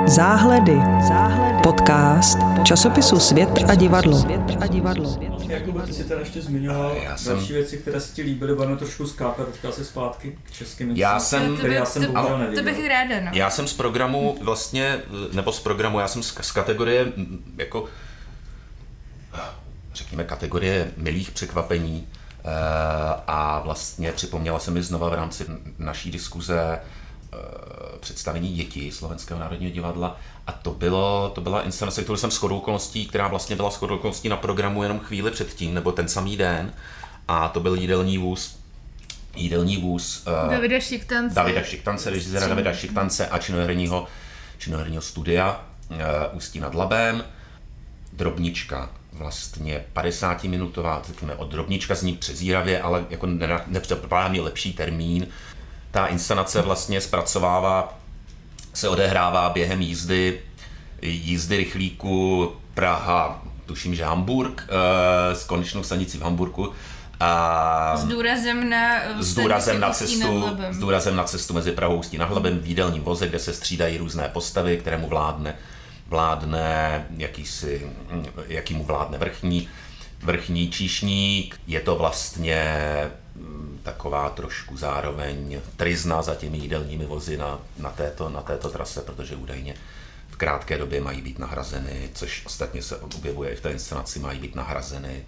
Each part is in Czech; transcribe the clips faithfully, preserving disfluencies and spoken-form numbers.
Záhledy. Podcast časopisu Svět a divadlo. Jakube, ty jsi teda ještě zmiňoval další jsem... věci, které se ti líbily, budeme trošku skákat, teďka se zpátky k českým věcím, já jsem, který já jsem to, bohužel neviděl. To bych ráda, no. Já jsem z programu vlastně, nebo z programu, já jsem z, z kategorie, jako, řekněme, kategorie milých překvapení a vlastně připomněla se mi znova v rámci naší diskuze představení Děti Slovenského národního divadla a to, bylo, to byla inscenace, kterou jsem shodou okolností, která vlastně byla shodou okolností na programu jenom chvíli předtím, nebo ten samý den a to byl Jídelní vůz, Jídelní vůz Davida Šiktance, Davida Šiktance, režiséra Davida Šiktance a činoherního, činoherního studia Ústí nad Labem. Drobnička, vlastně padesátiminutová, řekněme, od Drobnička zní přezíravě, ale jako nepředpokládá mě lepší termín. Ta inscenace vlastně zpracovává, se odehrává během jízdy, jízdy rychlíku Praha, tuším, že Hamburg, s konečnou stanicí v Hamburgu. A s důrazem na, s důrazem na cestu, s důrazem na cestu mezi Prahou a Ústí nad Labem v jídelním voze, kde se střídají různé postavy, kterému vládne, vládne jakýsi, jakýmu vládne vrchní, vrchní číšník. Je to vlastně taková trošku zároveň tryzna za těmi jídelními vozy na, na, této, na této trase, protože údajně v krátké době mají být nahrazeny, což ostatně se objevuje i v té inscenaci, mají být nahrazeny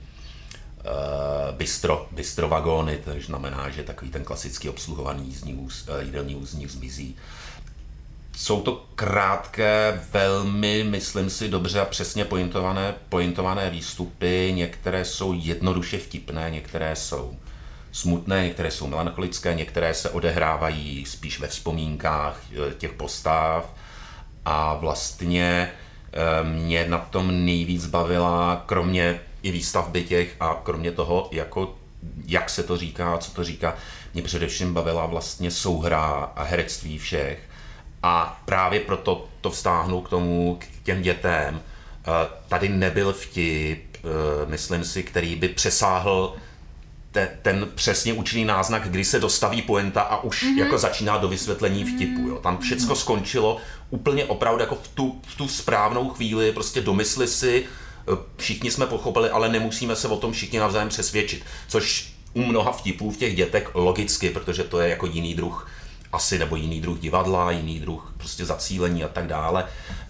uh, bistro, bistro vagóny, což znamená, že takový ten klasický obsluhovaný jízdní vůz, uh, jídelní vůz z nich zmizí. Jsou to krátké, velmi, myslím si, dobře a přesně pointované, pointované výstupy, některé jsou jednoduše vtipné, některé jsou smutné, některé jsou melancholické, některé se odehrávají spíš ve vzpomínkách těch postav a vlastně mě na tom nejvíc bavila, kromě i výstavby těch a kromě toho, jako, jak se to říká, co to říká, mě především bavila vlastně souhra a herectví všech a právě proto to vztáhnu k tomu, k těm dětem. Tady nebyl vtip, myslím si, který by přesáhl Te, ten přesně účinný náznak, kdy se dostaví pointa a už mm-hmm. jako začíná do vysvětlení vtipu. Jo. Tam všecko skončilo úplně opravdu jako v tu, v tu správnou chvíli, prostě domysli si, všichni jsme pochopili, ale nemusíme se o tom všichni navzájem přesvědčit. Což u mnoha vtipů v těch dětech logicky, protože to je jako jiný druh asi, nebo jiný druh divadla, jiný druh prostě zacílení a tak dále.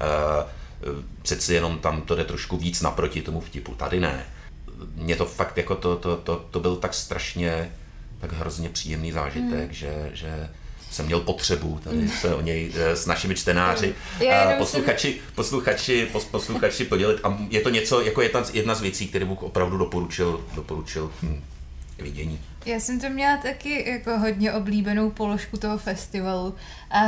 Přeci jenom tam to jde trošku víc naproti tomu vtipu, tady ne. Mně to fakt jako to, to, to, to byl tak strašně, tak hrozně příjemný zážitek, mm. že, že jsem měl potřebu tady se o něj s našimi čtenáři, mm. posluchači, posluchači, pos, posluchači podělit a je to něco, jako je jedna z věcí, které bych opravdu doporučil, doporučil hm, vidění. Já jsem to měla taky jako hodně oblíbenou položku toho festivalu a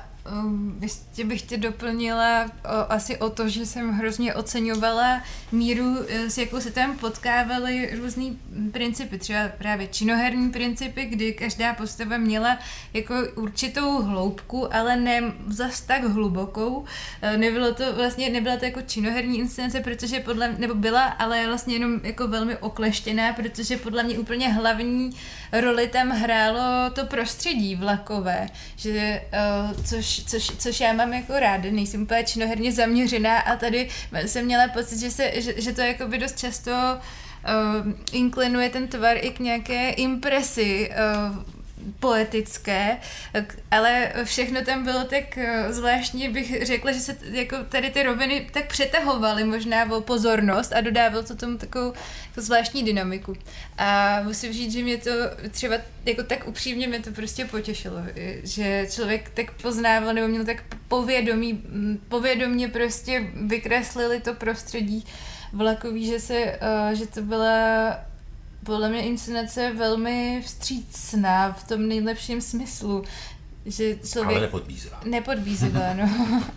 ještě bych tě doplnila o, asi o to, že jsem hrozně oceňovala míru, s jakou se tam potkávaly různý principy, třeba právě činoherní principy, kdy každá postava měla jako určitou hloubku, ale ne zas tak hlubokou. Nebylo to vlastně, nebyla to jako činoherní inscenace, protože podle, nebo byla, ale vlastně jenom jako velmi okleštěná, protože podle mě úplně hlavní roli tam hrálo to prostředí vlakové, že, což Což, což já mám jako ráda, nejsem úplně činoherně zaměřená a tady jsem měla pocit, že, se, že, že to jakoby dost často uh, inklinuje ten tvar i k nějaké impresi uh, poetické, ale všechno tam bylo tak zvláštně, bych řekla, že se jako tady ty roviny tak přetahovaly možná o pozornost a dodávalo to tomu takovou jako zvláštní dynamiku. A musím říct, že mě to třeba jako tak upřímně mě to prostě potěšilo, že člověk tak poznával nebo měl tak povědomí, povědomě prostě vykreslili to prostředí vlakový, že se, že to byla podle mě inscenace velmi vstřícná v tom nejlepším smyslu, že člověk... Ale nepodbízivá. Nepodbízivá, no.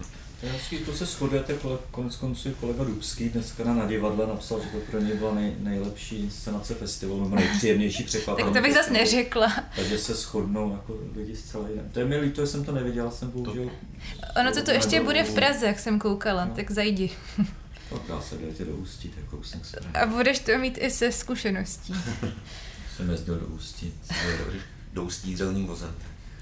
To se shodujete, konec konců kolega Dubský dneska na Divadle napsal, že to pro něj byla nej, nejlepší inscenace festivalu, nebo nejpříjemnější překvapení. Tak to bych zase neřekla. Takže se shodnou jako lidi zcela jiné. To je mi líto, že jsem to neviděla, jsem bohužel... Ono to, to ještě bude v Praze, jak jsem koukala, no. Tak zajdi. Tak já se dejte do Ústí, tak kousek se. A budeš to mít i se zkušeností. Jsem jezdil do Ústí. Do Ústí jídelním vozem.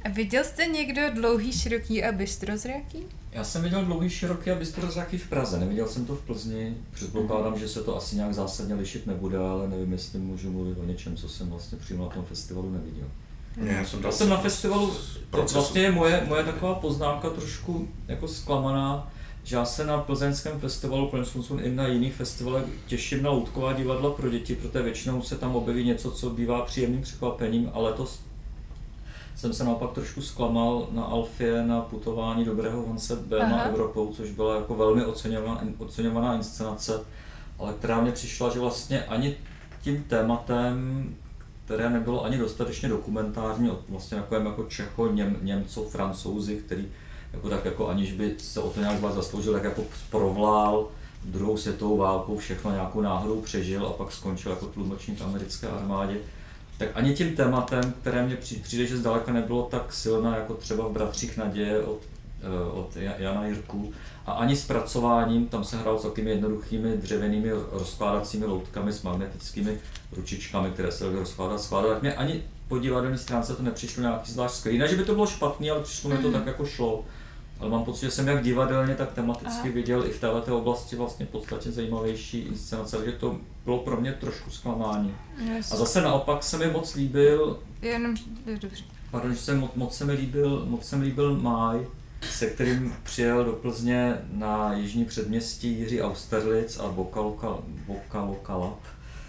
A viděl jste někdo dlouhý, široký a bystrozraký? Já jsem viděl dlouhý, široký a bystrozraký v Praze, neviděl jsem to v Plzni. Předpokládám, mm. že se to asi nějak zásadně lišit nebude, ale nevím, jestli můžu mluvit o něčem, co jsem vlastně přímo na tom festivalu neviděl. Mm. Já jsem, já jsem na festivalu, vlastně je moje, moje taková poznámka trošku jako zklamaná, že já se na plzeňském festivalu, koneckonců i na jiných festivalech těším na loutková divadla pro děti, protože většinou se tam objeví něco, co bývá příjemným překvapením, a letos jsem se naopak trošku zklamal na Alfie na putování dobrého Hanse Béma Evropou, což byla jako velmi oceňovaná, oceňovaná inscenace, ale která mě přišla, že vlastně ani tím tématem, které nebylo ani dostatečně dokumentární, vlastně jako, jako Čecho, Něm, Němco, Francouzi, který jako tak jako aniž by se o to nějak zvlášť zasloužil, tak jako provlál druhou světovou válkou, všechno nějakou náhodou přežil a pak skončil jako tlumočník americké armádě. Tak ani tím tématem, které mě přijde, že zdaleka nebylo tak silné jako třeba v Bratřích naděje od, od Jana Jirku, a ani zpracováním, tam se hrál s takovými jednoduchými dřevěnými rozkládacími loutkami s magnetickými ručičkami, které se daly rozkládat, skládat, tak mě ani po divadelní stránce to nepřišlo nějaký zvlášť skvělý. Ne, že by to bylo špatný, ale přišlo mi to tak jako šlo. Ale mám pocit, že jsem jak divadelně, tak tematicky Aha. viděl i v této oblasti vlastně v podstatě zajímavější inscenace, takže to bylo pro mě trošku zklamání. Yes. A zase naopak se mi moc líbil, Jenom, dobře. Pardon, že se moc, moc se mi líbil, moc se mi líbil Máj, se kterým přijel do Plzně na jižní předměstí Jiří Austerlitz a Bokalokalap.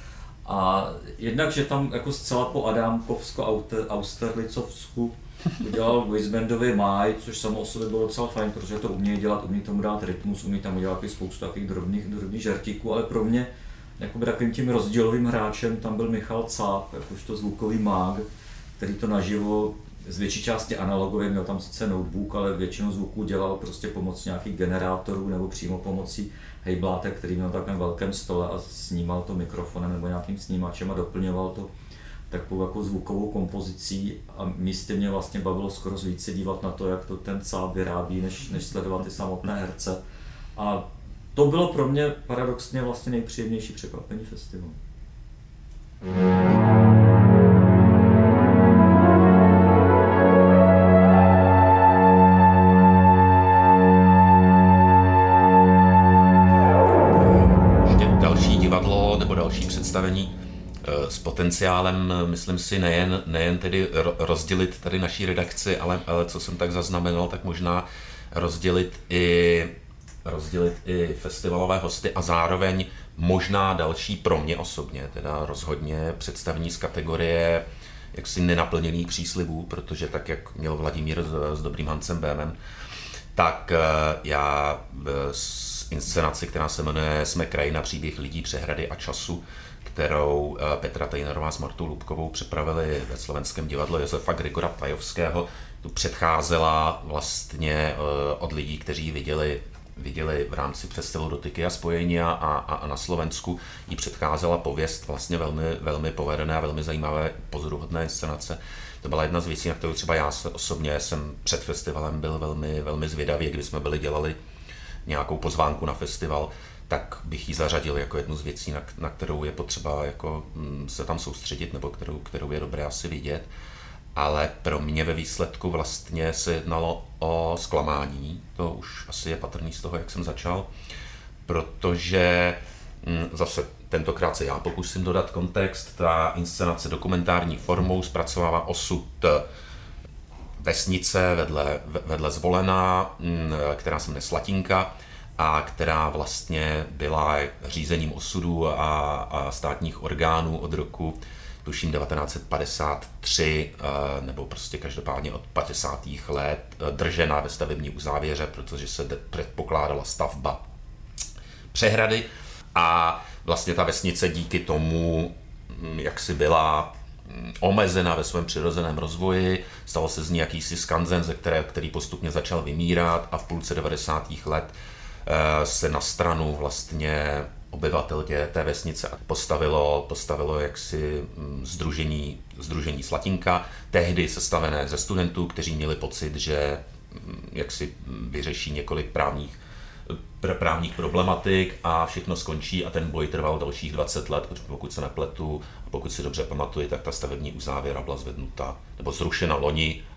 A jednak, že tam jako zcela po Adámkovsko-Austerlitzovsku udělal voicebandový Máj, což samo o sobě bylo docela fajn, protože to umí dělat, umí tomu dát rytmus, umí tam udělat spoustu takových drobných, drobných žertíků, ale pro mě jakoby takovým tím rozdílovým hráčem tam byl Michal Cáp, jakožto zvukový mág, který to naživo z větší části analogově, měl tam sice notebook, ale většinu zvuků dělal prostě pomocí nějakých generátorů nebo přímo pomocí hejblátek, který měl na takovém velkém stole a snímal to mikrofonem nebo nějakým snímačem a doplňoval to takovou jako zvukovou kompozicí, a místy mě vlastně bavilo skoro více dívat na to, jak to ten Cáp vyrábí, než, než sledovat ty samotné herce. A to bylo pro mě paradoxně vlastně nejpříjemnější překvapení festivalu. Ještě další divadlo nebo další představení s potenciálem, myslím si, nejen, nejen tedy rozdělit tady naší redakci, ale, ale co jsem tak zaznamenal, tak možná rozdělit i, rozdělit i festivalové hosty a zároveň možná další pro mě osobně, teda rozhodně představení z kategorie jaksi nenaplněných příslibů, protože tak, jak měl Vladimír s, s dobrým Hansem Bémem, tak já z inscenaci, která se jmenuje Jsme krajina, příběh lidí, přehrady a času, kterou Petra Tejnerová s Martou Lubkovou připravili ve Slovenském divadle Josefa Grigora Tajovského. Tu předcházela vlastně od lidí, kteří viděli, viděli v rámci festivalu Dotyky a spojení a, a, a na Slovensku jí předcházela pověst vlastně velmi, velmi povedené a velmi zajímavé pozoruhodné inscenace. To byla jedna z věcí, na kterou třeba já se osobně jsem před festivalem byl velmi, velmi zvědavý, když jsme byli dělali nějakou pozvánku na festival, tak bych ji zařadil jako jednu z věcí, na, na kterou je potřeba jako se tam soustředit, nebo kterou, kterou je dobré asi vidět. Ale pro mě ve výsledku vlastně se jednalo o zklamání, to už asi je patrný z toho, jak jsem začal, protože zase tentokrát se já pokusím dodat kontext, ta inscenace dokumentární formou zpracovává osud vesnice vedle, vedle Zvolená, která se jmenuje Slatinka, a která vlastně byla řízením osudu a, a státních orgánů od roku, tuším, devatenáct set padesát tři, nebo prostě každopádně od padesátých let držena ve stavební uzávěře, protože se předpokládala stavba přehrady, a vlastně ta vesnice díky tomu, jak si byla omezena ve svém přirozeném rozvoji, stalo se z ní jakýsi skanzen, ze které, který postupně začal vymírat, a v půlce devadesátých let se na stranu vlastně obyvatel té vesnice postavilo, postavilo jaksi sdružení, sdružení Slatinka, tehdy sestavené ze studentů, kteří měli pocit, že jaksi vyřeší několik právních, právních problematik a všechno skončí, a ten boj trval dalších dvacet let, pokud se nepletu, a pokud si dobře pamatuji, tak ta stavební uzávěra byla zvednuta nebo zrušena loni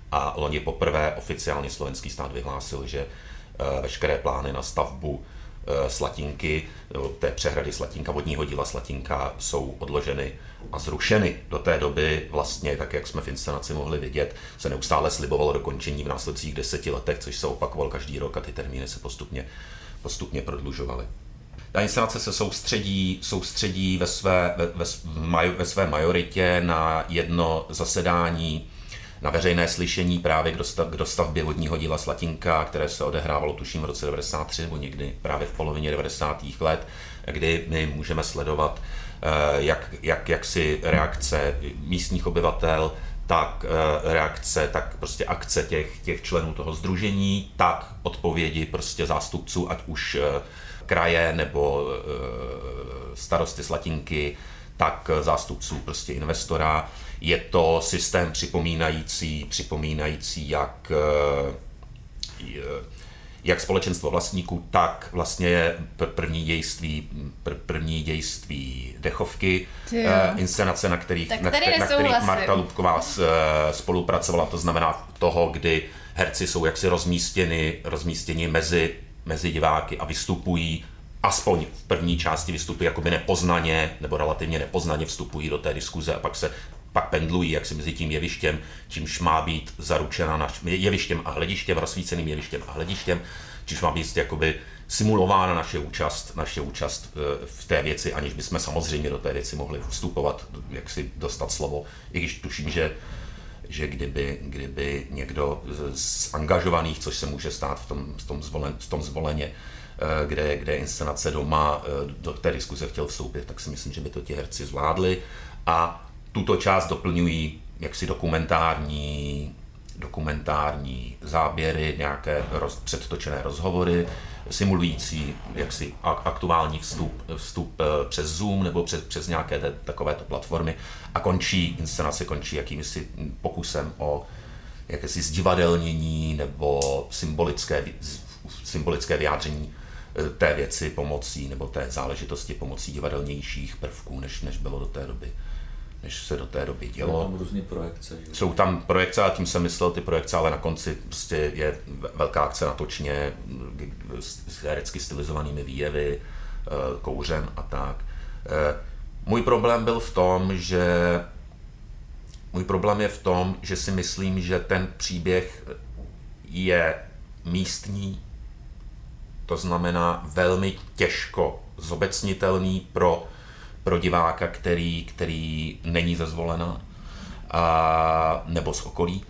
a loni poprvé oficiálně slovenský stát vyhlásil, že veškeré plány na stavbu Slatinky, té přehrady Slatinka, vodního díla Slatinka jsou odloženy a zrušeny. Do té doby vlastně, tak jak jsme v inscenaci mohli vidět, se neustále slibovalo dokončení v následujících deseti letech, což se opakovalo každý rok a ty termíny se postupně, postupně prodlužovaly. Ta inscenace se soustředí, soustředí ve, své, ve, ve, ve své majoritě na jedno zasedání, na veřejné slyšení právě k, dostav, k dostavbě vodního díla Slatinka, které se odehrávalo tuším v roce devadesát tři nebo někdy právě v polovině devadesátých let, kdy my můžeme sledovat jak, jak, jak si reakce místních obyvatel, tak reakce, tak prostě akce těch, těch členů toho sdružení, tak odpovědi prostě zástupců, ať už kraje nebo starosty Slatinky, tak zástupců prostě investora. Je to systém připomínající, připomínající jak, jak společenstvo vlastníků, tak vlastně první dějství, první dějství Dechovky, inscenace, na kterých, na, na kterých Marta Lubková spolupracovala, to znamená toho, kdy herci jsou jaksi rozmístěni, rozmístěni mezi, mezi diváky a vystupují, aspoň v první části vystupují jakoby nepoznaně, nebo relativně nepoznaně vstupují do té diskuze a pak se pak pendlují jaksi mezi tím jevištěm, čímž má být zaručena naš, jevištěm a hledištěm, rozsvíceným jevištěm a hledištěm, čímž má být jakoby simulována naše účast, naše účast v té věci, aniž bychom samozřejmě do té věci mohli vstupovat, jak si dostat slovo, i když tuším, že že kdyby, kdyby někdo z angažovaných, což se může stát v tom, v tom, zvolen, v tom zvoleně, kde, kde inscenace doma do té diskuze chtěl vstoupit, tak si myslím, že by to ti herci zvládli. A tuto část doplňují jaksi dokumentární, dokumentární záběry, nějaké roz, předtočené rozhovory, simulující jaksi aktuální vstup, vstup přes Zoom nebo přes, přes nějaké te, takovéto platformy a končí, inscenace končí jakýmsi pokusem o jakési zdivadelnění nebo symbolické, symbolické vyjádření té věci pomocí nebo té záležitosti pomocí divadelnějších prvků, než, než bylo do té doby. než se do té doby dělo. Jsou tam různé projekce. Že? Jsou tam projekce, a tím jsem myslel ty projekce, ale na konci prostě je velká akce na točně, s herecky stylizovanými výjevy, kouřem a tak. Můj problém byl v tom, že můj problém je v tom, že si myslím, že ten příběh je místní, to znamená velmi těžko zobecnitelný pro pro diváka, který, který není ze Zvolena a, nebo z okolí.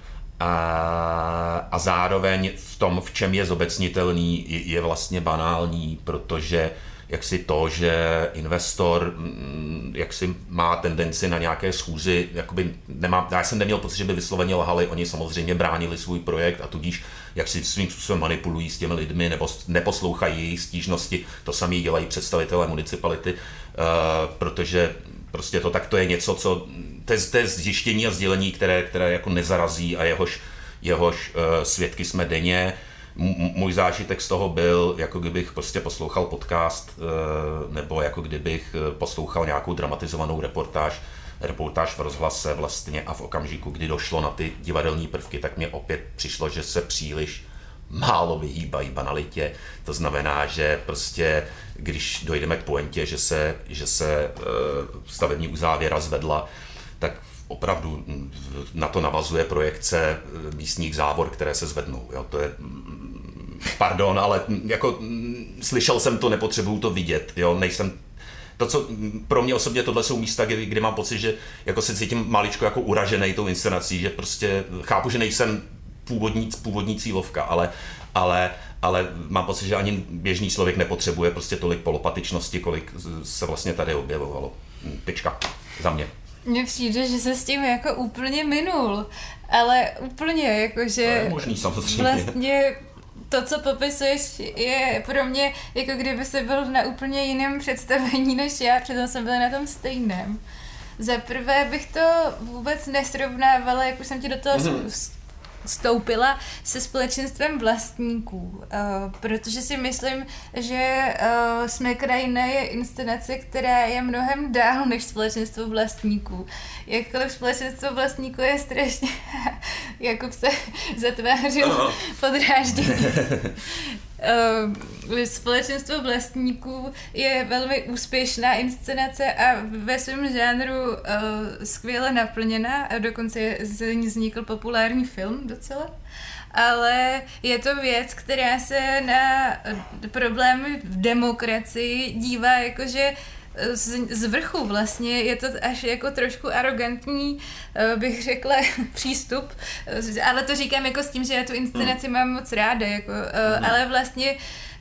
A, a zároveň v tom, v čem je zobecnitelný, je vlastně banální, protože jaksi to, že investor jaksi má tendenci na nějaké schůzi, jakoby nemá, já jsem neměl pocit, že by vysloveně lhali, oni samozřejmě bránili svůj projekt a tudíž jak si svým způsobem manipulují s těmi lidmi nebo neposlouchají jejich stížnosti, to samé dělají představitelé municipality, uh, protože prostě to takto je něco, co to je, to je zjištění a sdělení, které, které jako nezarazí a jehož, jehož uh, svědky jsme denně. M- můj zážitek z toho byl, jako kdybych prostě poslouchal podcast uh, nebo jako kdybych poslouchal nějakou dramatizovanou reportáž, reportáž v rozhlase vlastně a v okamžiku, kdy došlo na ty divadelní prvky, tak mě opět přišlo, že se příliš málo vyhýbají banalitě. To znamená, že prostě, když dojdeme k pointě, že se, že se stavební uzávěra zvedla, tak opravdu na to navazuje projekce místních závor, které se zvednou. Jo, to je, pardon, ale jako slyšel jsem to, nepotřebuju to vidět. Jo, nejsem To, co pro mě osobně tohle jsou místa, kdy, kdy mám pocit, že jako se cítím maličko jako uražený tou inscenací, že prostě chápu, že nejsem původní, původní cílovka, ale, ale, ale mám pocit, že ani běžný člověk nepotřebuje prostě tolik polopatičnosti, kolik se vlastně tady objevovalo. Tečka. Za mě. Mně přijde, že se s tím jako úplně minul, ale úplně jakože... To je možný samozřejmě. Vlastně to, co popisuješ, je pro mě, jako kdyby se byl na úplně jiném představení než já, přitom jsem byla na tom stejném. Za prvé bych to vůbec nesrovnávala, jak už jsem ti do toho mm-hmm. stoupila se společenstvem vlastníků, uh, protože si myslím, že uh, Jsme krajina je inscenace, která je mnohem dál než společenstvo vlastníků. Jakkoliv společenstvo vlastníků je strašně, Jakub se zatvářil podráždění. Uh, společenstvo vlastníků je velmi úspěšná inscenace a ve svém žánru uh, skvěle naplněná a dokonce z ní vznikl populární film docela. Ale je to věc, která se na problémy v demokracii dívá jakože z, z vrchu vlastně, je to až jako trošku arrogantní, bych řekla, přístup, ale to říkám jako s tím, že já tu inscenaci mám moc ráda, jako, ale vlastně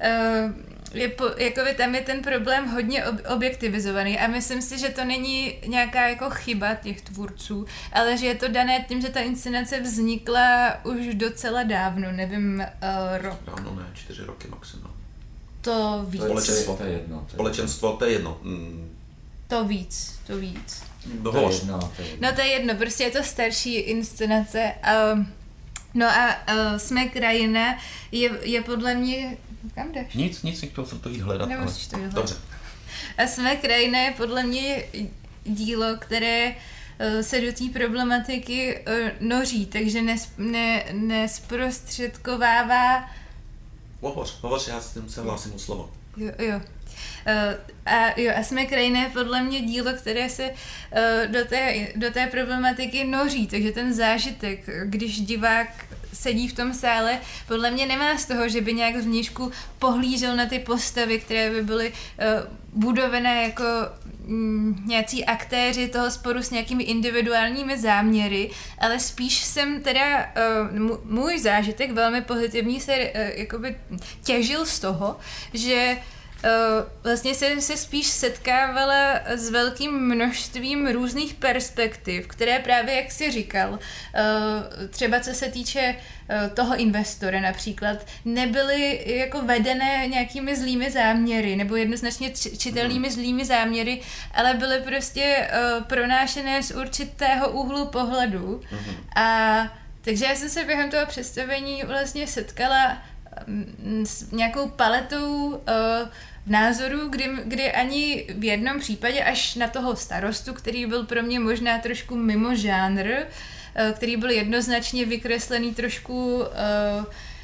je po, jako tam je ten problém hodně ob, objektivizovaný a myslím si, že to není nějaká jako chyba těch tvůrců, ale že je to dané tím, že ta inscenace vznikla už docela dávno, nevím, uh, rok. Dávno ne, čtyři roky maximálně. To víc. Společenstvo, to je jedno. Společenstvo, to je jedno. Mm. To víc, to víc. To je jedno, to je jedno. No to je jedno, prostě je to starší inscenace. Um, no a uh, Jsme krajina je, je podle mě... Kam jdeš? Nic, nic, chtěl jsem to jít hledat. Nemusíš to jít hledat. Dobře. A Jsme krajina je podle mě dílo, které uh, se do té problematiky uh, noří, takže nes, ne, nesprostředkovává. Hovoř, hovoř, já s tím se hlásím o slovo. Jo, jo. Uh, a jo, a Jsme krajina je podle mě dílo, které se uh, do, té, do té problematiky noří, takže ten zážitek, když divák sedí v tom sále, podle mě nemá z toho, že by nějak zvnějšku pohlížel na ty postavy, které by byly uh, budované jako mm, nějací aktéři toho sporu s nějakými individuálními záměry, ale spíš jsem teda, uh, můj zážitek velmi pozitivní se uh, jakoby těžil z toho, že Uh, vlastně jsem se spíš setkávala s velkým množstvím různých perspektiv, které právě, jak jsi říkal, uh, třeba co se týče uh, toho investora například, nebyly jako vedené nějakými zlými záměry nebo jednoznačně čitelnými zlými záměry, ale byly prostě uh, pronášené z určitého úhlu pohledu. A takže já jsem se během toho představení vlastně setkala um, s nějakou paletou uh, názorů, kdy, kdy ani v jednom případě až na toho starostu, který byl pro mě možná trošku mimo žánr, který byl jednoznačně vykreslený trošku uh, uh,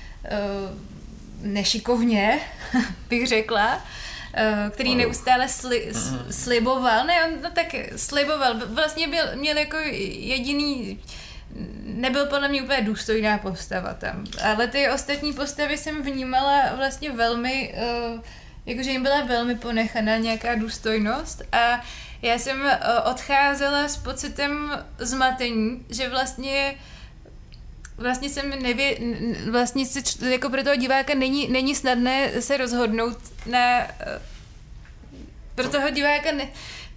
nešikovně, bych řekla, uh, který neustále sli, sliboval, ne, on no, tak sliboval, vlastně byl, měl jako jediný, nebyl podle mě úplně důstojná postava tam, ale ty ostatní postavy jsem vnímala vlastně velmi uh, jakože jim byla velmi ponechaná nějaká důstojnost a já jsem odcházela s pocitem zmatení, že vlastně vlastně jsem nevě, vlastně si, jako pro toho diváka není, není snadné se rozhodnout na pro toho diváka ne,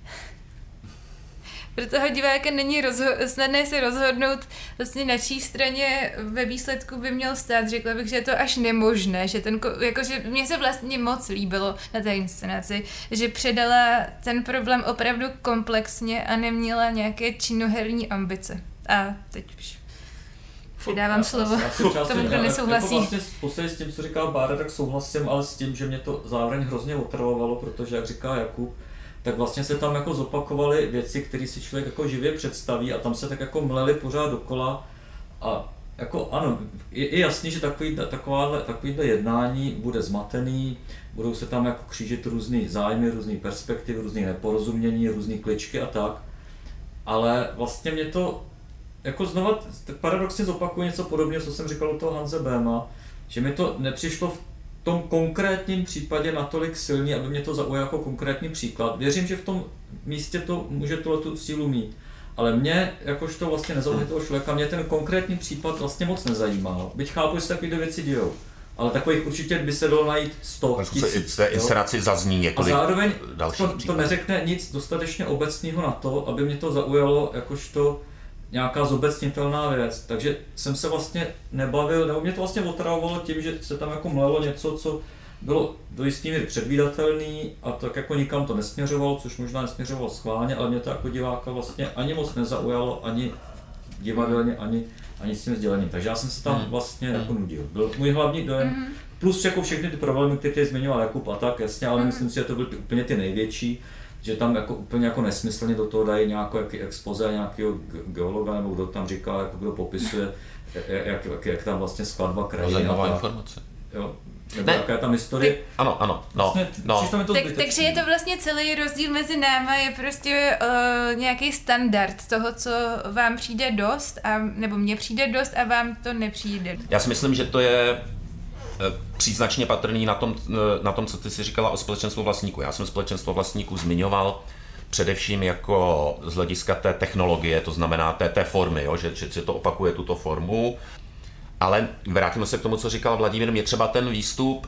pro toho diváka není rozho- snadné se rozhodnout vlastně na čí straně ve výsledku by měl stát. Řekla bych, že je to až nemožné, že ten, jakože mně se vlastně moc líbilo na té inscenaci, že předala ten problém opravdu komplexně a neměla nějaké činoherní ambice. A teď už předávám slovo, tomu kdo nesouhlasí. Jako vlastně posledně s tím, co říkal Bára, tak souhlasím, ale s tím, že mě to zároveň hrozně otravovalo, protože jak říká Jakub, tak vlastně se tam jako zopakovaly věci, které si člověk jako živě představí a tam se tak jako mleli pořád dokola a jako ano, je, je jasný, že takový, takováhle, takovýhle jednání bude zmatený, budou se tam jako křížit různý zájmy, různý perspektivy, různý neporozumění, různý kličky a tak, ale vlastně mě to jako znova paradoxně zopakuje něco podobného, co jsem říkal o toho Hanse Böhma, že mi to nepřišlo v v tom konkrétním případě natolik silný, aby mě to zaujalo jako konkrétní příklad. Věřím, že v tom místě to může tu sílu mít, ale mě, jakožto vlastně nezaujatého člověka, mě ten konkrétní případ vlastně moc nezajímal. Byť chápu, že se takové věci dějou, ale takových určitě by se dalo najít sto tisíc. V té inscenaci zazní několik a zároveň dalších to, to neřekne nic dostatečně obecného na to, aby mě to zaujalo jakožto nějaká zobecnitelná věc, takže jsem se vlastně nebavil, nebo mě to vlastně otravovalo tím, že se tam jako mlelo něco, co bylo do jistý míry předvídatelný a tak jako nikam to nesměřovalo, což možná nesměřovalo schválně, ale mě to jako diváka vlastně ani moc nezaujalo, ani divadelně ani, ani s tím sdělením. Takže já jsem se tam hmm. vlastně hmm. jako nudil. Byl můj hlavní dojem, hmm. plus jako všechny ty problémy, které zmiňoval Jakub a tak, jasně, ale hmm. myslím si, že to byly úplně ty největší, že tam jako úplně jako nesmyslně do toho dají nějakou expoze nějakého geologa, nebo kdo tam říká, jako kdo popisuje, jak, jak, jak tam vlastně skladba krajiny. Zajímavá informace. Jo. Nebo jaká je tam historie. Ty, ano, ano, no, vlastně, no. To tak, takže je to vlastně celý rozdíl mezi náma, je prostě uh, nějaký standard toho, co vám přijde dost, a, nebo mně přijde dost a vám to nepřijde. Já si myslím, že to je příznačně patrný na tom, na tom, co ty jsi říkala o společenstvu vlastníků. Já jsem společenstvo vlastníků zmiňoval především jako z hlediska té technologie, to znamená té, té formy, jo, že, že to opakuje tuto formu. Ale vrátíme se k tomu, co říkal Vladimír, mě třeba ten výstup,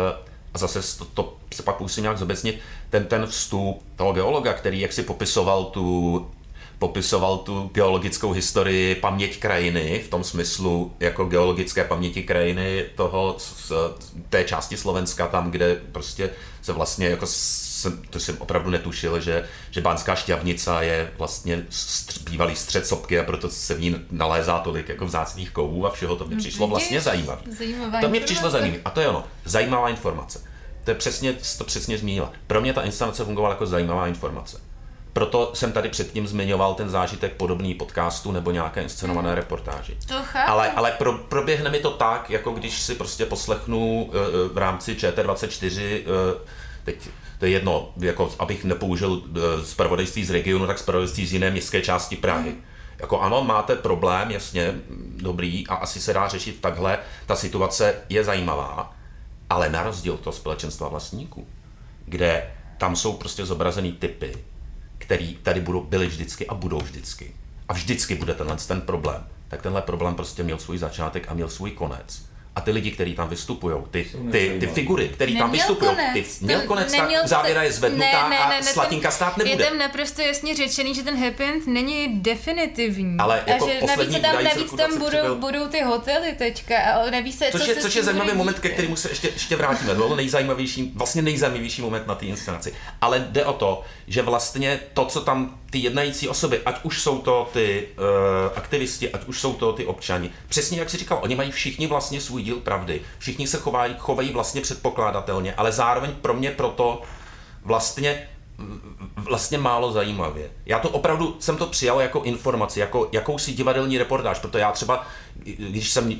a zase to, to se pak musím nějak zobecnit, ten, ten vstup toho geologa, který jak si popisoval tu, popisoval tu geologickou historii, paměť krajiny, v tom smyslu jako geologické paměti krajiny toho, z té části Slovenska, tam, kde prostě se vlastně jako to jsem opravdu netušil, že, že Banská Šťavnica je vlastně stř, bývalý střed sopky a proto se v ní nalézá tolik jako vzácných kovů a všeho, to mi přišlo vlastně zajímavé. To mi přišlo zajímavé a to je ono, zajímavá informace. To je přesně, to přesně zmínila. Pro mě ta inscenace fungovala jako zajímavá informace. Proto jsem tady předtím zmiňoval ten zážitek podobný podcastu nebo nějaké inscenované hmm. reportáži. To chápu. Ale, ale pro, proběhne mi to tak, jako když si prostě poslechnu uh, v rámci Č T dvacet čtyři, uh, teď to je jedno, jako abych nepoužil zpravodajství z regionu, tak zpravodajství z jiné městské části Prahy. Hmm. Jako ano, máte problém, jasně, dobrý, a asi se dá řešit takhle, ta situace je zajímavá, ale na rozdíl toho společenstva vlastníků, kde tam jsou prostě zobrazený typy, který tady budou, byly vždycky a budou vždycky. A vždycky bude tenhle ten problém. Tak tenhle problém prostě měl svůj začátek a měl svůj konec. A ty lidi, kteří tam vystupují, ty, ty, ty figury, které tam vystupují, ty měl konec, ta závěra je zvednutá ne, ne, ne, a slatinka stát nebude. Je tam naprosto jasně řečený, že ten happy end není definitivní. Ale jako a že navíc tam, navíc tam budou, budou ty hotely teďka, ale neví se, což co je, se Což je zajímavý moment, ke kterému se ještě, ještě vrátíme. To byl nejzajímavější, vlastně nejzajímavější moment na té inscenaci. Ale jde o to, že vlastně to, co tam ty jednající osoby, ať už jsou to ty uh, aktivisti, ať už jsou to ty občani, přesně jak jsi říkal, oni mají všichni vlastně svůj díl pravdy. Všichni se chovají, chovají vlastně předpokládatelně, ale zároveň pro mě proto vlastně, vlastně málo zajímavě. Já to opravdu jsem to přijal jako informaci, jako jakousi divadelní reportáž, proto já třeba, když jsem,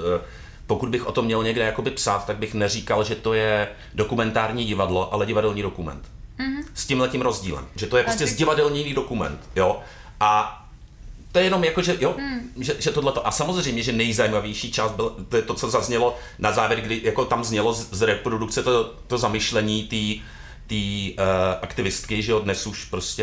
pokud bych o tom měl někde jakoby psát, tak bych neříkal, že to je dokumentární divadlo, ale divadelní dokument. Mm-hmm. S tímhletím rozdílem, že to je prostě divadelní dokument, jo, a to je jenom jako, že jo, hmm. že, že tohleto. A samozřejmě, že nejzajímavější část bylo to, je to, co zaznělo na závěr, kdy jako tam znělo z, z reprodukce to, to zamyšlení té uh, aktivistky, že jo, dnes už prostě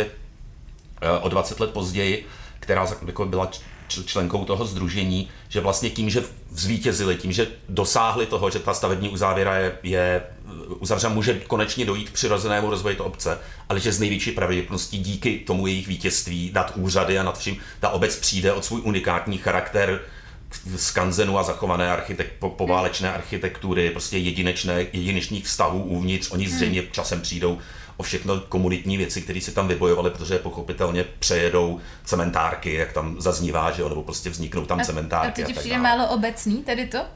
uh, o dvacet let později, která jako byla členkou toho sdružení, že vlastně tím, že zvítězili, tím, že dosáhli toho, že ta stavební uzávěra je, je uzavřena, může konečně dojít k přirozenému rozvoji té obce, ale že z největší pravděpodobností díky tomu jejich vítězství nad úřady a nad vším ta obec přijde od svůj unikátní charakter skanzenu a zachované architek, po, poválečné architektury, prostě jedinečné, jedinečných vztahů uvnitř, oni zřejmě časem přijdou o všechno komunitní věci, které si tam vybojovali, protože pochopitelně přejedou cementárky, jak tam zaznívá, že jo, nebo prostě vzniknou tam a, cementárky. A to ti přijde málo obecný, tady to?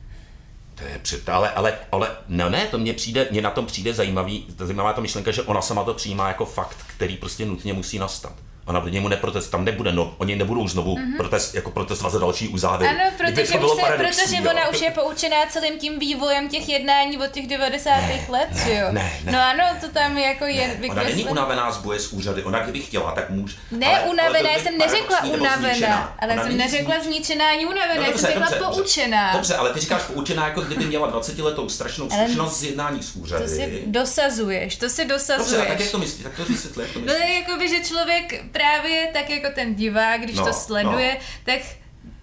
To je před, ale, ale, ale no ne, to mně přijde, mně na tom přijde zajímavý, zajímavá ta myšlenka, že ona sama to přijímá jako fakt, který prostě nutně musí nastat. Ona proti němu neprotest, tam nebude, no, oni nebudou znovu mm-hmm. protest, jako protestovat za další uzávěry. Ano, protože, se, protože ona už je poučená celým tím vývojem těch jednání od těch devadesátých let, že jo? Ne, ne. No ano, to tam jako je vykreslené. Ona není unavená z boje s úřady, ona kdyby chtěla, tak může. Ne, ale, unavená, já jsem neřekla unavená, ale ona jsem neřekla zničená ani unavená, no, jsem řekla dobře, poučená. Dobře, ale ty říkáš poučená, jako kdyby měla dvacetiletou strašnou zkušenost z jednání s úřady. To si dosazuješ, to si dosazuješ. Dobře, tak jak to myslíš, tak to vysvětli, jak to myslíš. No, jakoby, že člověk právě tak jako ten divák, když no, to sleduje, no. tak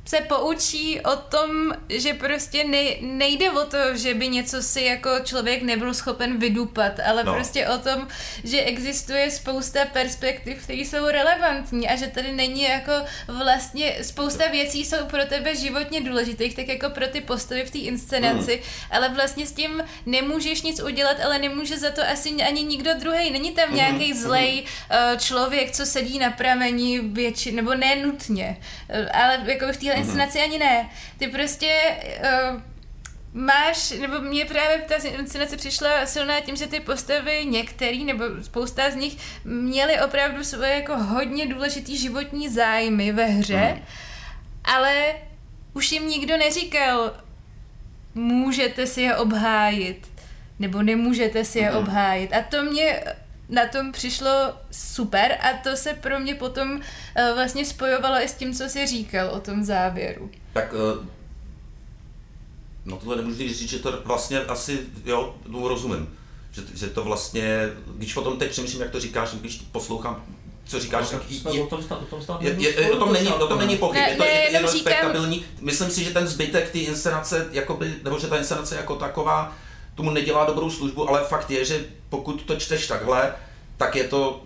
se poučí o tom, že prostě nej, nejde o to, že by něco si jako člověk nebyl schopen vydupat, ale no. prostě o tom, že existuje spousta perspektiv, které jsou relevantní a že tady není jako vlastně spousta věcí jsou pro tebe životně důležitých, tak jako pro ty postavy v té inscenaci, mm. ale vlastně s tím nemůžeš nic udělat, ale nemůže za to asi ani nikdo druhý. Není tam mm. nějaký zlej uh, člověk, co sedí na prameni větši, nebo ne nutně, uh, ale jako v téhle inscenaci ani ne. Ty prostě uh, máš, nebo mně právě ta inscenace přišla silná tím, že ty postavy některý, nebo spousta z nich měly opravdu svoje jako hodně důležitý životní zájmy ve hře, mm. ale už jim nikdo neříkal, můžete si je obhájit, nebo nemůžete si je mm. obhájit. A to mě na tom přišlo super a to se pro mě potom uh, vlastně spojovalo i s tím, co jsi říkal o tom závěru. Tak uh, no tohle nemůžu říct, že to vlastně asi, jo, tomu rozumím. Že, že to vlastně, když o tom teď přemýšlím, jak to říkáš, když poslouchám, co říkáš, no, tak je, o tom stát, o tom stát je, je, je, o tom není, o tom není pochyb, ne, je to ne, je, je říkám... respektabilní. Myslím si, že ten zbytek té inscenace, jakoby, nebo že ta inscenace jako taková tomu nedělá dobrou službu, ale fakt je, že pokud to čteš takhle, tak je to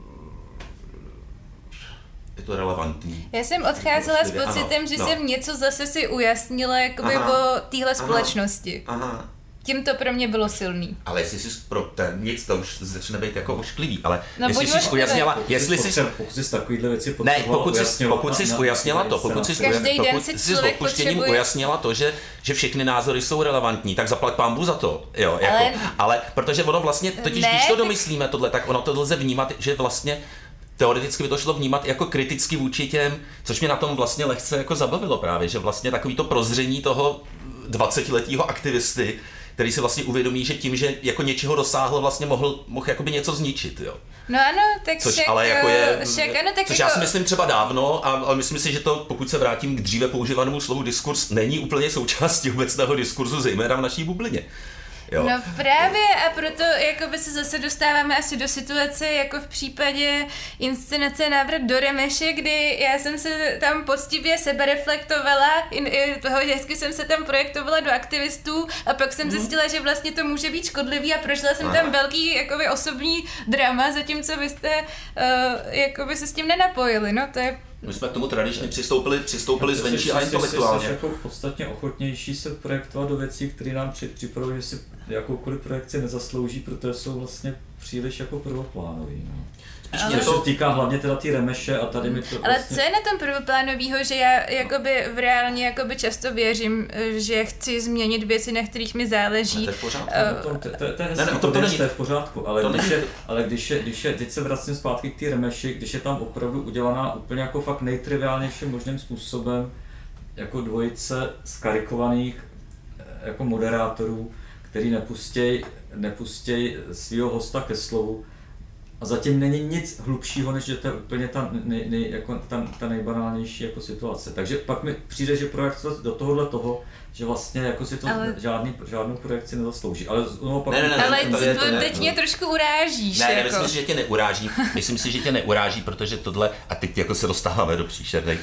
je to relevantní. Já jsem odcházela s pocitem, ano, že no. jsem něco zase si ujasnila jakoby aha, o téhle společnosti. Aha. Tím to pro mě bylo silný. Ale jestli jsi pro ten nic, to už začne být jako ošklivý, ale no, jestli jsi ujasnila, jestli jsi pokud jsi takovýhle věci ne, pokud jsi pokud jsi ujasnila to, pokud jsi pokud jsi s odpuštěním ujasnila to, že že všechny názory jsou relevantní, tak zaplať pánbůh za to, jo, jako, ale, ale protože ono vlastně, totiž ne, když to domyslíme tohle, tak ono to lze vnímat, že vlastně teoreticky by to šlo vnímat jako kriticky vůči těm, což mě na tom vlastně lehce jako zabavilo právě, že vlastně takový to prozření toho dvacetiletého aktivisty, který si vlastně uvědomí, že tím, že jako něčeho dosáhl, vlastně mohl, mohl jakoby něco zničit, jo. No ano, tak což však, ale jako je, však, ano, tak což jako... já si myslím třeba dávno, a, ale myslím si, že to, pokud se vrátím k dříve používanému slovu diskurs, není úplně součástí obecného diskurzu, zejména v naší bublině. Jo. No právě a proto jakoby se zase dostáváme asi do situace jako v případě inscenace Návrat do Remeše, kdy já jsem se tam poctivě sebereflektovala, toho hezky jsem se tam projektovala do aktivistů a pak jsem mm. zjistila, že vlastně to může být škodlivý a prošla jsem tam velký jakoby osobní drama, zatímco vy jste uh, jakoby se s tím nenapojili, no to je. My jsme k tomu tradičně přistoupili, přistoupili zvenčí a intelektuálně. Jsi jako podstatně ochotnější se projektovat do věcí, které nám připravují, že si jakoukoliv projekci nezaslouží, protože jsou vlastně příliš jako prvoplánový. No. Ale to se týká hlavně teda ty Remeše a tady mi to ale vlastně... co je na tom prvoplánovýho, že já jakoby v reálně jakoby často věřím, že chci změnit věci, na kterých mi záleží. To je v pořádku. Uh, to, to, to, to je hezký, to, to, to, to je v pořádku, ale, když je, ale když je, když je, teď se vracím zpátky k té Remeši, když je tam opravdu udělaná úplně jako fakt nejtriviálnějším možným způsobem, jako dvojice skarikovaných jako moderátorů, který nepustěj, nepustěj svýho hosta ke slovu. A zatím není nic hlubšího, než že to je úplně ta, nej, nej, jako ta, ta nejbanálnější jako situace. Takže pak mi přijde, že projekce do tohohle toho, že vlastně jako si to ale... žádný, žádnou projekci nezaslouží. Ale no, pak... ne, ne, ne, ale ne, to je, to teď mě trošku urážíš. Ne, jako. Nemyslím si, že tě neuráží. Myslím si, že tě neuráží, protože tohle, a teď jako se dostáváme do příšernej,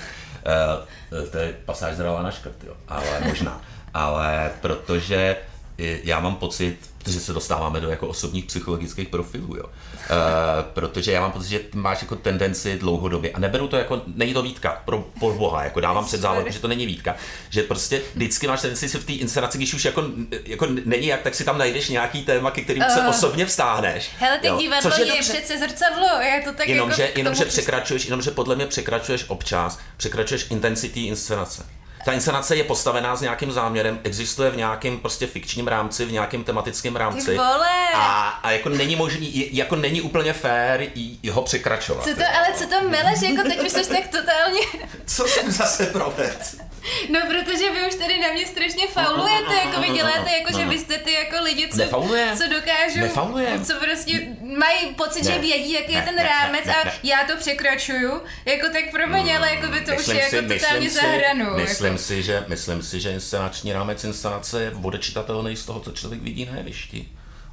uh, to je pasáž zrala na škrt, jo, ale možná. Ale protože já mám pocit, protože se dostáváme do jako osobních psychologických profilů, jo. E, protože já mám pocit, že máš jako tendenci dlouhodobě, a neberu to jako, není to výtka, pro, pro boha, jako dávám před závorku, že to není výtka, že prostě vždycky máš tendenci si v té inscenaci, když už jako, jako není jak, tak si tam najdeš nějaký téma, ke kterým uh, se osobně vztáhneš. Hele, ty divadlo je, je přece zrcadlo, já to tak jenomže, jako... Jenomže překračuješ, jenomže podle mě překračuješ občas, překračuješ intensity inscenace. Ta inscenace je postavená s nějakým záměrem, existuje v nějakém prostě fikčním rámci, v nějakém tematickém rámci. A, a jako není možný, jako není úplně fér ho překračovat. Co to, ale co to meleš, jako teď už jsi tak totálně... Co jsem zase provedl? No, protože vy už tady na mě strašně faulujete, jako vy děláte, jako že vy jste ty jako lidi, co, co dokážou, Nefaulujem. co prostě mají pocit, ne. že vědí, jaký ne, je ten ne, rámec ne, ne, ne. a já to překračuju, jako tak pro mě, ale jako by to myslím už je si, jako totálně za hranou. Myslím, jako. si, že, myslím si, že inscenační rámec inscenace je odečitatelný z toho, co člověk vidí na jevišti.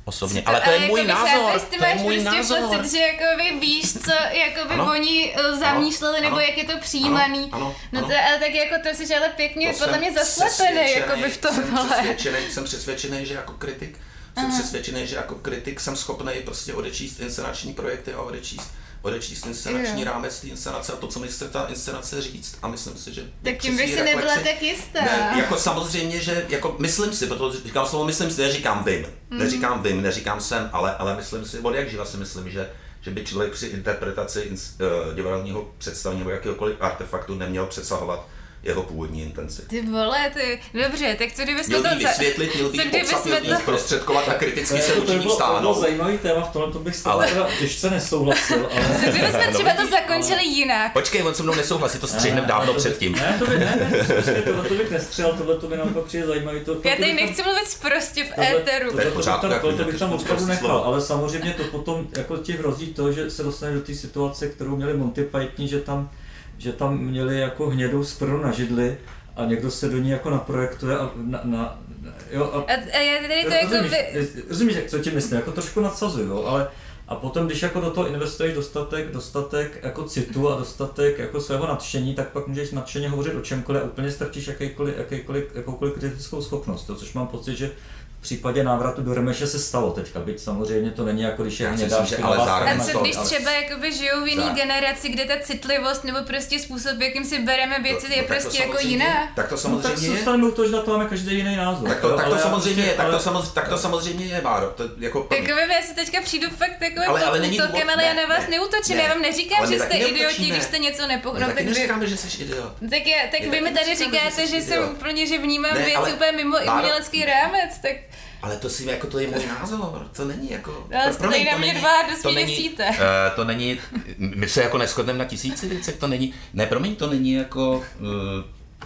osobně. Ale to je můj názor, to je můj názor. Pocit, že jakoby víš, co jakoby oni zamýšleli, nebo jak je to přijímaný. No to, ale tak jako to jsi ale pěkně podle mě zaslepený, jakoby v tom. Jsem přesvědčený, že jako kritik, jsem přesvědčený, že jako kritik jsem schopný prostě odečíst inscenační projekty a odečíst odečíst inscenační jo. rámec té inscenace a to, co mi chce ta inscenace říct. A myslím si, že... Tak tím bych si nebyla tak jistá. Ne, jako samozřejmě, že jako myslím si, protože říkám slovo myslím si, neříkám vím, mm. neříkám vím, neříkám jsem, ale, ale myslím si, od jak živa si myslím, že, že by člověk při interpretaci uh, divadelního představení nebo jakéhokoliv artefaktu neměl přesahovat jeho původní intenci. Ty vole, ty, dobře, tak co kdybychom to... Měl by vysvětlit, měl by popsat, měl by zprostředkovat a kriticky se určitě vstáhnout. To bylo zajímavý téma, v tomhle to bych s ale... teda těžce nesouhlasil, ale... Co kdybychom třeba to zakončili jinak? Počkej, on se mnou nesouhlasí, to střihneme dávno předtím. Ne, to by ne, ne, tohle to bych nestřel, tohle to by nám pak přijde zajímavý. To, Já tady nechci mluvit prostě v éteru. To je pořádku, jak to bych tam opravdu nechal, ale samozřejmě to potom jako ti hrozí to, že se dostane do té situace, kterou měli Monty Pythoni, že tam že tam měli jako hnědou skvrnu na židli a někdo se do ní jako naprojektuje a na, na jo a, a já tady to jako rozumíš, by... rozumíš, co tím myslím, jako trošku nadsazuju, jo, ale a potom, když jako do toho investuješ dostatek, dostatek jako citu a dostatek jako svého nadšení, tak pak můžeš nadšeně hovořit o čemkoliv a úplně ztratíš jakýkoliv, jakýkoliv, jakoukoliv kritickou schopnost, to, což mám pocit, že v případě návratu do Remeše se stalo teďka, byť samozřejmě to není jako když je hnědá špinavá. A co když třeba jakoby žijou v jiný generaci, kde ta citlivost nebo prostě způsob, jakým si bereme věci, je prostě jako jiná? Tak to samozřejmě no, tak je. Tak to, že na to máme každý jiný názor. Tak to, tak to samozřejmě je, tak to samozřejmě, tak to samozřejmě je, Báro. To jako jakoby já si teďka přijdu fakt takovým útokem, ale já na vás neútočím, já vám neříkám, že jste idioti, když jste něco nepochopili. Tak neříkáme, že jsi idiot. Tak vy mi tady říkáte, že jsem úplně, že vnímám věci úplně mimo umělecký rámec, tak... Ale to si jako to je můj názor, to není jako... Ale stojí na mě dva, dost mě desíte. Uh, to není, my se jako neshodneme na tisíci věcech, to není, ne promiň, to není jako... Uh,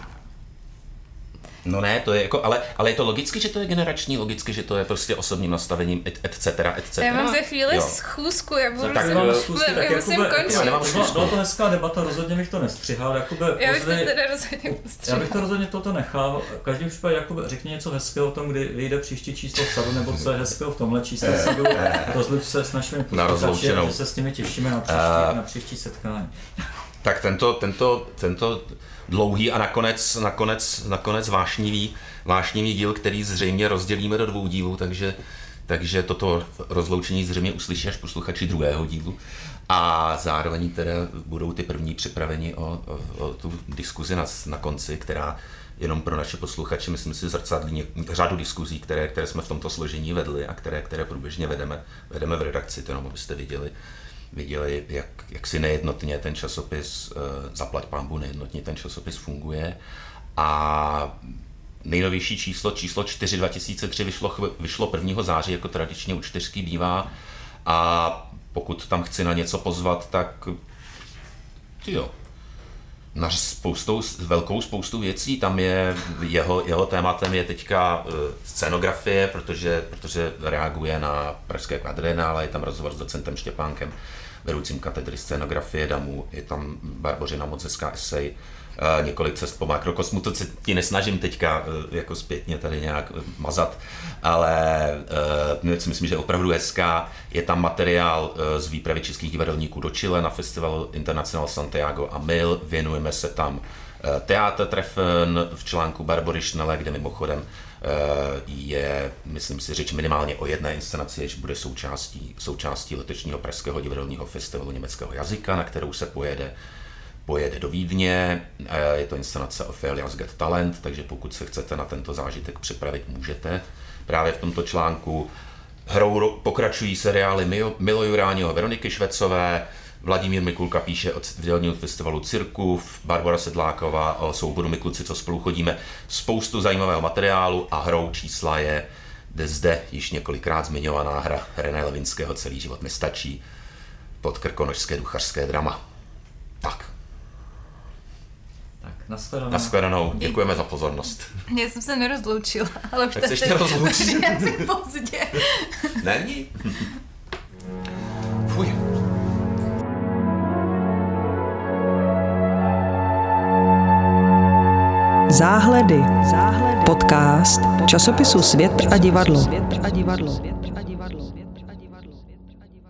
no ne, to je jako, ale, ale je to logicky, že to je generační, logicky, že to je prostě osobním nastavením, et, et cetera, et cetera. Já mám za chvíli jo. schůzku, já budu tak se, mám schůzky, tak musím končit. Já nemám schůzku. Byla to hezká debata, rozhodně bych to nestřihal, jakoby... Já bych to teda rozhodně postřihal. Já bych to rozhodně toto nechal, v každém případě jakoby řekni něco hezkého o tom, kdy vyjde příští číslo sadu, nebo co je hezkého v tomhle čísle sadu, rozluč se s našimi posluchači, že se s nimi těšíme na příští, na příští setkání. Tak tento, tento, tento dlouhý a nakonec, nakonec, nakonec vášnivý, vášnivý díl, který zřejmě rozdělíme do dvou dílů, takže, takže toto rozloučení zřejmě uslyší až posluchači druhého dílu. A zároveň teda budou ty první připraveni o, o, o tu diskuzi na, na konci, která jenom pro naše posluchače, myslím si, zrcadlí řadu diskuzí, které, které jsme v tomto složení vedli a které, které průběžně vedeme, vedeme v redakci, to jenom abyste viděli. viděli, jak, jak si nejednotně ten časopis, zaplať pánbu, nejednotně ten časopis funguje. A nejnovější číslo, číslo čtyři dva tisíce tři vyšlo, vyšlo prvního září, jako tradičně u čtyřky bývá. A pokud tam chci na něco pozvat, tak jo, na spoustou, velkou spoustu věcí. Tam je, jeho, jeho tématem je teďka scenografie, protože, protože reaguje na pražské kvadrienále, je tam rozhovor s docentem Štěpánkem, vedoucím katedry scénografie DAMu, je tam Barbořina moc hezká esej, několik cest po makrokosmu, to se ti nesnažím teďka jako zpětně tady nějak mazat, ale uh, si myslím, že je opravdu hezká. Je tam materiál z výpravy českých divadelníků do Chile na festivalu International Santiago a Mil, věnujeme se tam Teatr Treffen v článku Barbory Schnelle, kde mimochodem je, myslím si, řeč minimálně o jedné inscenaci, jež bude součástí, součástí letošního pražského divadelního festivalu německého jazyka, na kterou se pojede pojede do Vídně, je to inscenace Ophelia's Got Talent, takže pokud se chcete na tento zážitek připravit, můžete. Právě v tomto článku hrou pokračují seriály Milo Jurániho a Veroniky Švecové, Vladimír Mikulka píše o divadelního festivalu Cirkův, Barbora Sedláková o souboru My kluci, co spolu chodíme, spoustu zajímavého materiálu a hrou čísla je zde již několikrát zmiňovaná hra René Levinského Celý život nestačí, podkrkonožské duchařské drama. Tak. Tak, nashledanou. Nashledanou. Děkujeme za pozornost. Já jsem se nerozloučila, ale už tak se ještě rozloučit. Já jsem pozdě. Není? Fuj. Záhledy. Podcast časopisu Svět a divadlo.